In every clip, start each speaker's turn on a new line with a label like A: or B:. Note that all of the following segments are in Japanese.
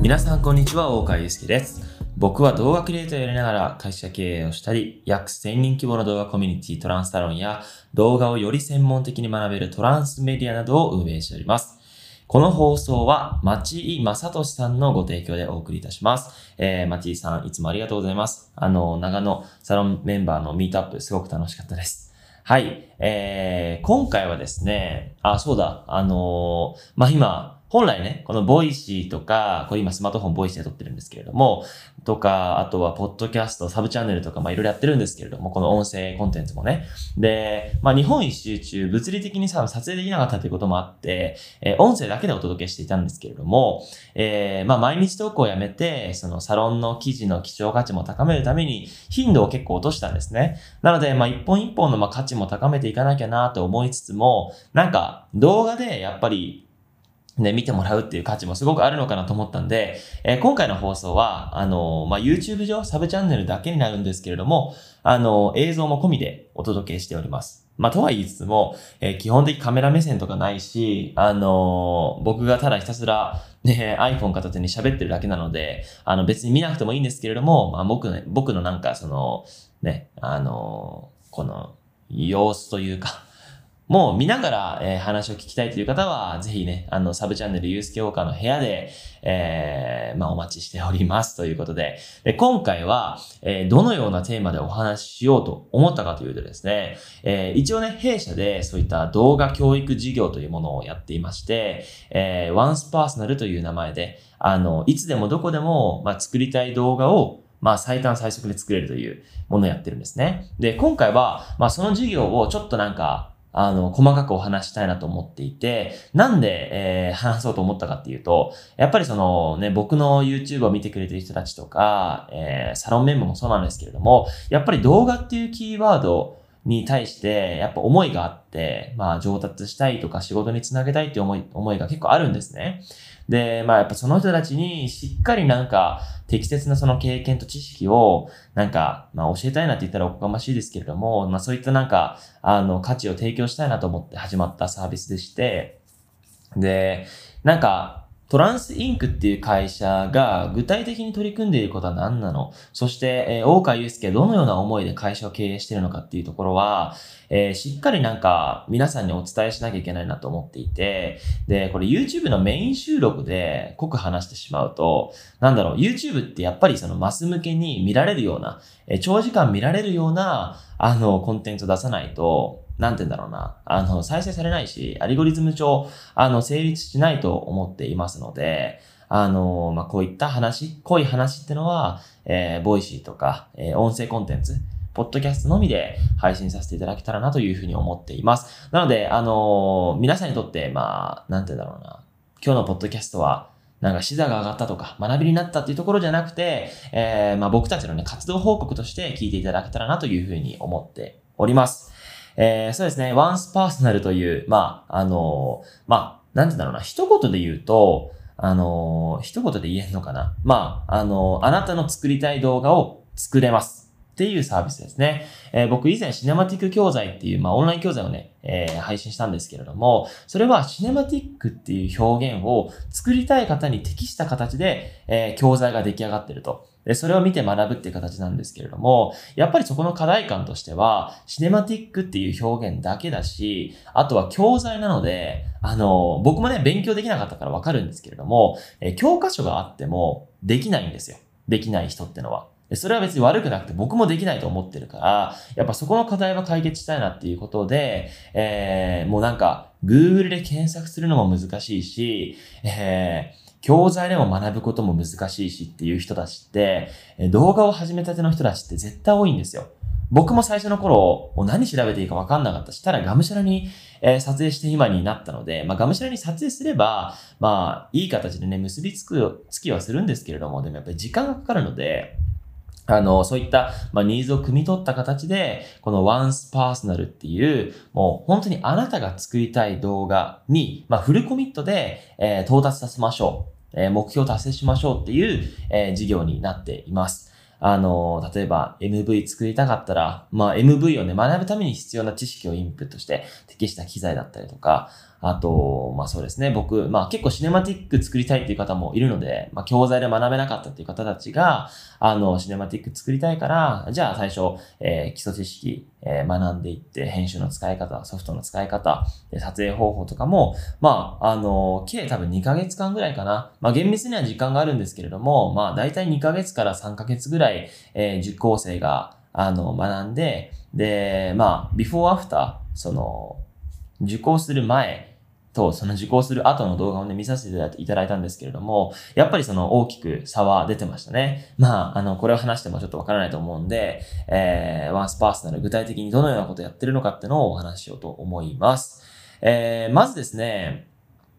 A: 皆さんこんにちは、大川祐介です。僕は動画クリエイターをやりながら会社経営をしたり、約1000人規模の動画コミュニティトランスサロンや動画をより専門的に学べるトランスメディアなどを運営しております。この放送は町井正俊さんのご提供でお送りいたします。町井さんいつもありがとうございます。長野サロンメンバーのミートアップすごく楽しかったです。はい。今回はですね、今、本来ね、このボイシーとか、これ今スマートフォンボイシーで撮ってるんですけれども、とか、あとはポッドキャスト、サブチャンネルとか、いろいろやってるんですけれども、この音声コンテンツもね。で、日本一周中、物理的に撮影できなかったということもあって、音声だけでお届けしていたんですけれども、毎日投稿をやめて、そのサロンの記事の希少価値も高めるために、頻度を結構落としたんですね。なので、一本一本の価値も高めていかなきゃなと思いつつも、動画でやっぱり、見てもらうっていう価値もすごくあるのかなと思ったんで、今回の放送は、YouTube 上サブチャンネルだけになるんですけれども、映像も込みでお届けしております。とは言いつつも、基本的カメラ目線とかないし、僕がただひたすら、iPhone 片手に喋ってるだけなので、別に見なくてもいいんですけれども、僕のこの様子というか、もう見ながら、話を聞きたいという方は、ぜひね、サブチャンネルユースケオーカーの部屋で、お待ちしておりますということで、今回は、どのようなテーマでお話ししようと思ったかというとですね、一応ね、弊社でそういった動画教育事業というものをやっていまして、ワンスパーソナルという名前で、いつでもどこでも、作りたい動画を最短最速で作れるというものをやってるんですね。で、今回は、その事業をちょっと細かくお話したいなと思っていて、なんで、話そうと思ったかっていうと、やっぱり僕の YouTube を見てくれてる人たちとか、サロンメンバーもそうなんですけれども、やっぱり動画っていうキーワードに対して、やっぱ思いがあって、上達したいとか仕事につなげたいって思いが結構あるんですね。で、やっぱその人たちにしっかり適切なその経験と知識を教えたいなって言ったらおこがましいですけれども、そういった価値を提供したいなと思って始まったサービスでして、で、トランスインクっていう会社が具体的に取り組んでいることは何なの？そして、大川祐介はどのような思いで会社を経営しているのかっていうところは、しっかり皆さんにお伝えしなきゃいけないなと思っていて、で、これ YouTube のメイン収録で濃く話してしまうと、YouTube ってやっぱりマス向けに見られるような、長時間見られるような、コンテンツを出さないと、再生されないし、アルゴリズム上、成立しないと思っていますので、こういった濃い話ってのは、ボイシーとか、音声コンテンツ、ポッドキャストのみで配信させていただけたらなというふうに思っています。なので、皆さんにとって、今日のポッドキャストは、視座が上がったとか、学びになったっていうところじゃなくて、僕たちのね、活動報告として聞いていただけたらなというふうに思っております。そうですね、ワンスパーソナルという、一言で言うと、一言で言えるのかな。あなたの作りたい動画を作れます。っていうサービスですね。僕以前シネマティック教材っていう、オンライン教材をね、配信したんですけれども、それはシネマティックっていう表現を作りたい方に適した形で、教材が出来上がってると。で、それを見て学ぶっていう形なんですけれども、やっぱりそこの課題感としては、シネマティックっていう表現だけだし、あとは教材なので、僕もね、勉強できなかったからわかるんですけれども、教科書があってもできないんですよ。できない人ってのは。それは別に悪くなくて僕もできないと思ってるから、やっぱそこの課題は解決したいなっていうことで、Google で検索するのも難しいし、教材でも学ぶことも難しいしっていう人たちって、動画を始めたての人たちって絶対多いんですよ。僕も最初の頃、もう何調べていいか分かんなかったし、ただがむしゃらに、撮影して今になったので、がむしゃらに撮影すれば、いい形でね、結びつきはするんですけれども、でもやっぱり時間がかかるので、そういった、ニーズを汲み取った形で、このワンスパーソナルっていう、もう本当にあなたが作りたい動画に、フルコミットで、到達させましょう。目標を達成しましょうっていう、事業になっています。 例えば MV 作りたかったら、MV をね、学ぶために必要な知識をインプットして適した機材だったりとか、あと、そうですね、僕、結構シネマティック作りたいっていう方もいるので、教材で学べなかったっていう方たちが、シネマティック作りたいから、じゃあ最初、基礎知識、学んでいって、編集の使い方、ソフトの使い方、撮影方法とかも、計多分2ヶ月間ぐらいかな。厳密には時間があるんですけれども、大体2ヶ月から3ヶ月ぐらい、受講生が、学んで、で、ビフォーアフター、受講する前と、その受講する後の動画をね、見させていただいたんですけれども、やっぱり大きく差は出てましたね。これを話してもちょっとわからないと思うんで、ワンスパーソナル具体的にどのようなことをやってるのかっていうのをお話ししようと思います。まずですね、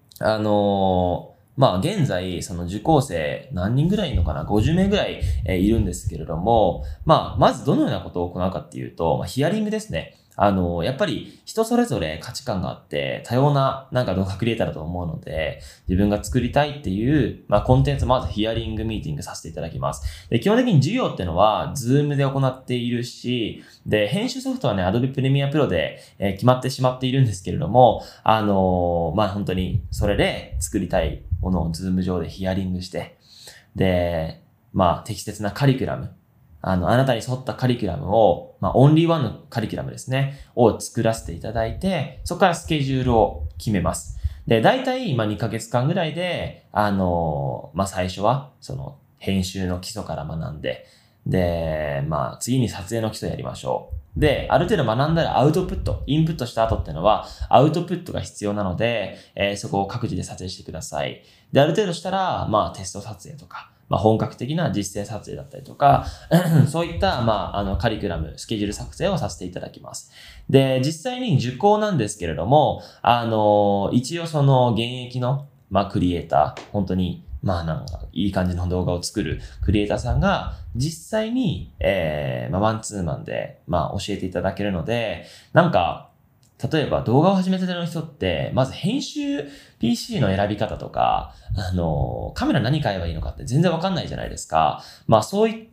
A: 現在、その受講生何人ぐらいいるのかな ?50 名ぐらい、いるんですけれども、まずどのようなことを行うかっていうと、ヒアリングですね。やっぱり人それぞれ価値観があって、多様な動画クリエイターだと思うので、自分が作りたいっていう、コンテンツまずヒアリングミーティングさせていただきます。で、基本的に授業ってのは、ズームで行っているし、で、編集ソフトはね、Adobe Premiere Pro で、決まってしまっているんですけれども、本当にそれで作りたいものをズーム上でヒアリングして、で、適切なカリキュラム、あなたに沿ったカリキュラムを、オンリーワンのカリキュラムですね、を作らせていただいて、そこからスケジュールを決めます。で、大体、2ヶ月間ぐらいで、最初は、編集の基礎から学んで、で、次に撮影の基礎やりましょう。で、ある程度学んだらアウトプット、インプットした後っていうのは、アウトプットが必要なので、そこを各自で撮影してください。で、ある程度したら、テスト撮影とか、本格的な実践撮影だったりとか、そういった、カリキュラム、スケジュール作成をさせていただきます。で、実際に受講なんですけれども、一応現役の、クリエイター、本当に、いい感じの動画を作るクリエイターさんが、実際に、マンツーマンで、教えていただけるので、例えば動画を始めたての人って、まず編集 PC の選び方とか、カメラ何買えばいいのかって全然わかんないじゃないですか。そういった、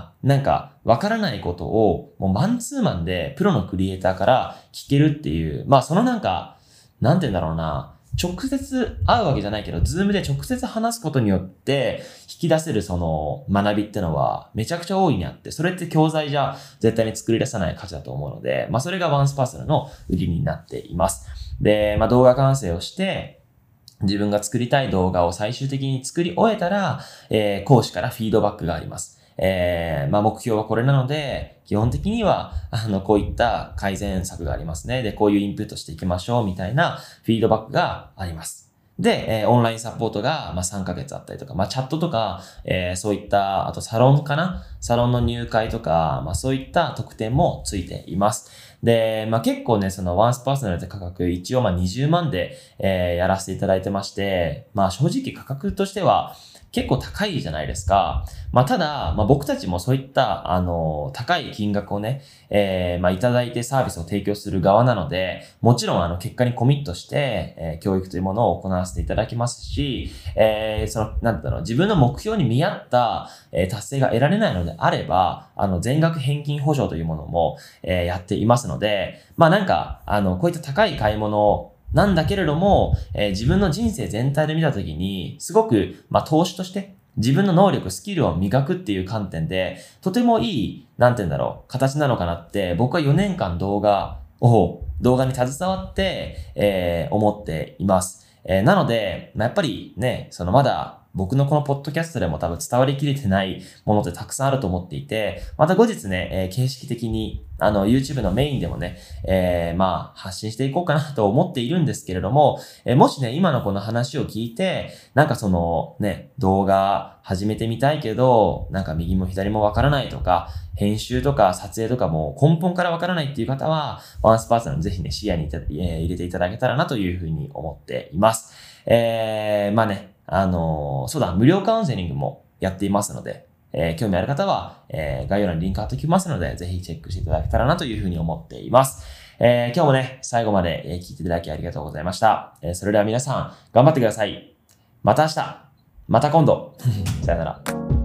A: わからないことを、もうマンツーマンでプロのクリエイターから聞けるっていう、なんて言うんだろうな、直接会うわけじゃないけど、ズームで直接話すことによって引き出せる学びってのはめちゃくちゃ大いにあって、それって教材じゃ絶対に作り出さない価値だと思うので、それがワンスパーソナルの売りになっています。で、動画完成をして、自分が作りたい動画を最終的に作り終えたら、講師からフィードバックがあります。目標はこれなので、基本的には、こういった改善策がありますね。で、こういうインプットしていきましょう、みたいなフィードバックがあります。で、オンラインサポートが、3ヶ月あったりとか、チャットとか、そういった、あとサロンかな？サロンの入会とか、そういった特典もついています。で、結構ね、ワンスパーソナルって価格、一応20万で、やらせていただいてまして、正直価格としては、結構高いじゃないですか。ただ、僕たちもそういった、高い金額をね、いただいてサービスを提供する側なので、もちろん、結果にコミットして、教育というものを行わせていただきますし、自分の目標に見合った、達成が得られないのであれば、全額返金保証というものも、やっていますので、こういった高い買い物なんだけれども、自分の人生全体で見たときに、すごく、投資として、自分の能力、スキルを磨くっていう観点で、とてもいい、形なのかなって、僕は4年間動画に携わって、思っています。なので、やっぱりね、まだ、僕のこのポッドキャストでも多分伝わりきれてないものってたくさんあると思っていて、また後日ね、形式的に、YouTube のメインでもね、発信していこうかなと思っているんですけれども、もしね、今のこの話を聞いて、動画始めてみたいけど、右も左もわからないとか、編集とか撮影とかも根本からわからないっていう方は、ワンスパーソナルぜひね、視野に入れていただけたらなというふうに思っています。無料カウンセリングもやっていますので、興味ある方は、概要欄にリンク貼っておきますので、ぜひチェックしていただけたらなというふうに思っています。今日もね、最後まで聞いていただきありがとうございました。それでは皆さん、頑張ってください。また明日。また今度。さよなら。